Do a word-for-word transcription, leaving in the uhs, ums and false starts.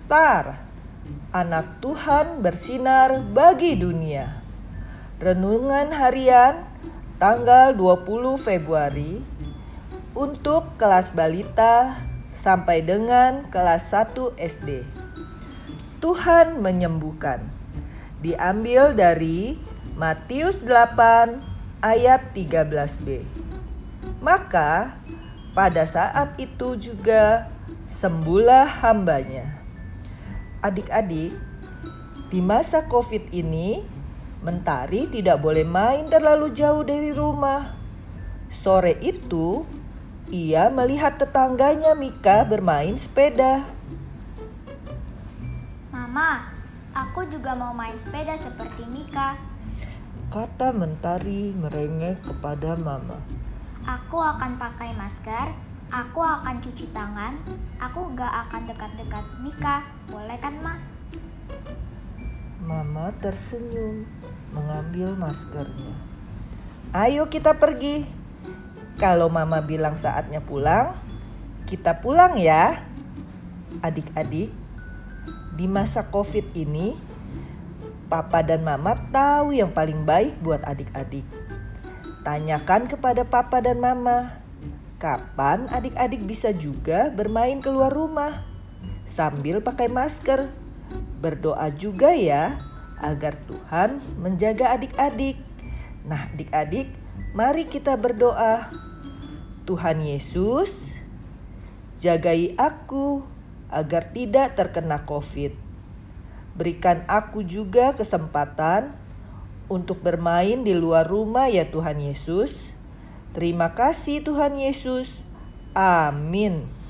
Star, Anak Tuhan bersinar bagi dunia. Renungan harian tanggal dua puluh Februari untuk kelas balita sampai dengan kelas satu S D. Tuhan menyembuhkan. Diambil dari Matius delapan ayat tiga belas b. Maka pada saat itu juga sembuhlah hambanya. Adik-adik, di masa COVID ini, Mentari tidak boleh main terlalu jauh dari rumah. Sore itu, ia melihat tetangganya Mika bermain sepeda. Mama, aku juga mau main sepeda seperti Mika. Kata Mentari merengek kepada Mama. Aku akan pakai masker, aku akan cuci tangan, aku gak akan dekat-dekat Mika. Boleh kan, Ma? Mama tersenyum mengambil maskernya. Ayo kita pergi. Kalau Mama bilang saatnya pulang, kita pulang ya. Adik-adik, di masa COVID ini, Papa dan Mama tahu yang paling baik buat adik-adik. Tanyakan kepada Papa dan Mama, kapan adik-adik bisa juga bermain keluar rumah sambil pakai masker. Berdoa juga ya, agar Tuhan menjaga adik-adik. Nah, adik-adik, mari kita berdoa. Tuhan Yesus, jagai aku agar tidak terkena COVID. Berikan aku juga kesempatan untuk bermain di luar rumah ya Tuhan Yesus. Terima kasih Tuhan Yesus. Amin.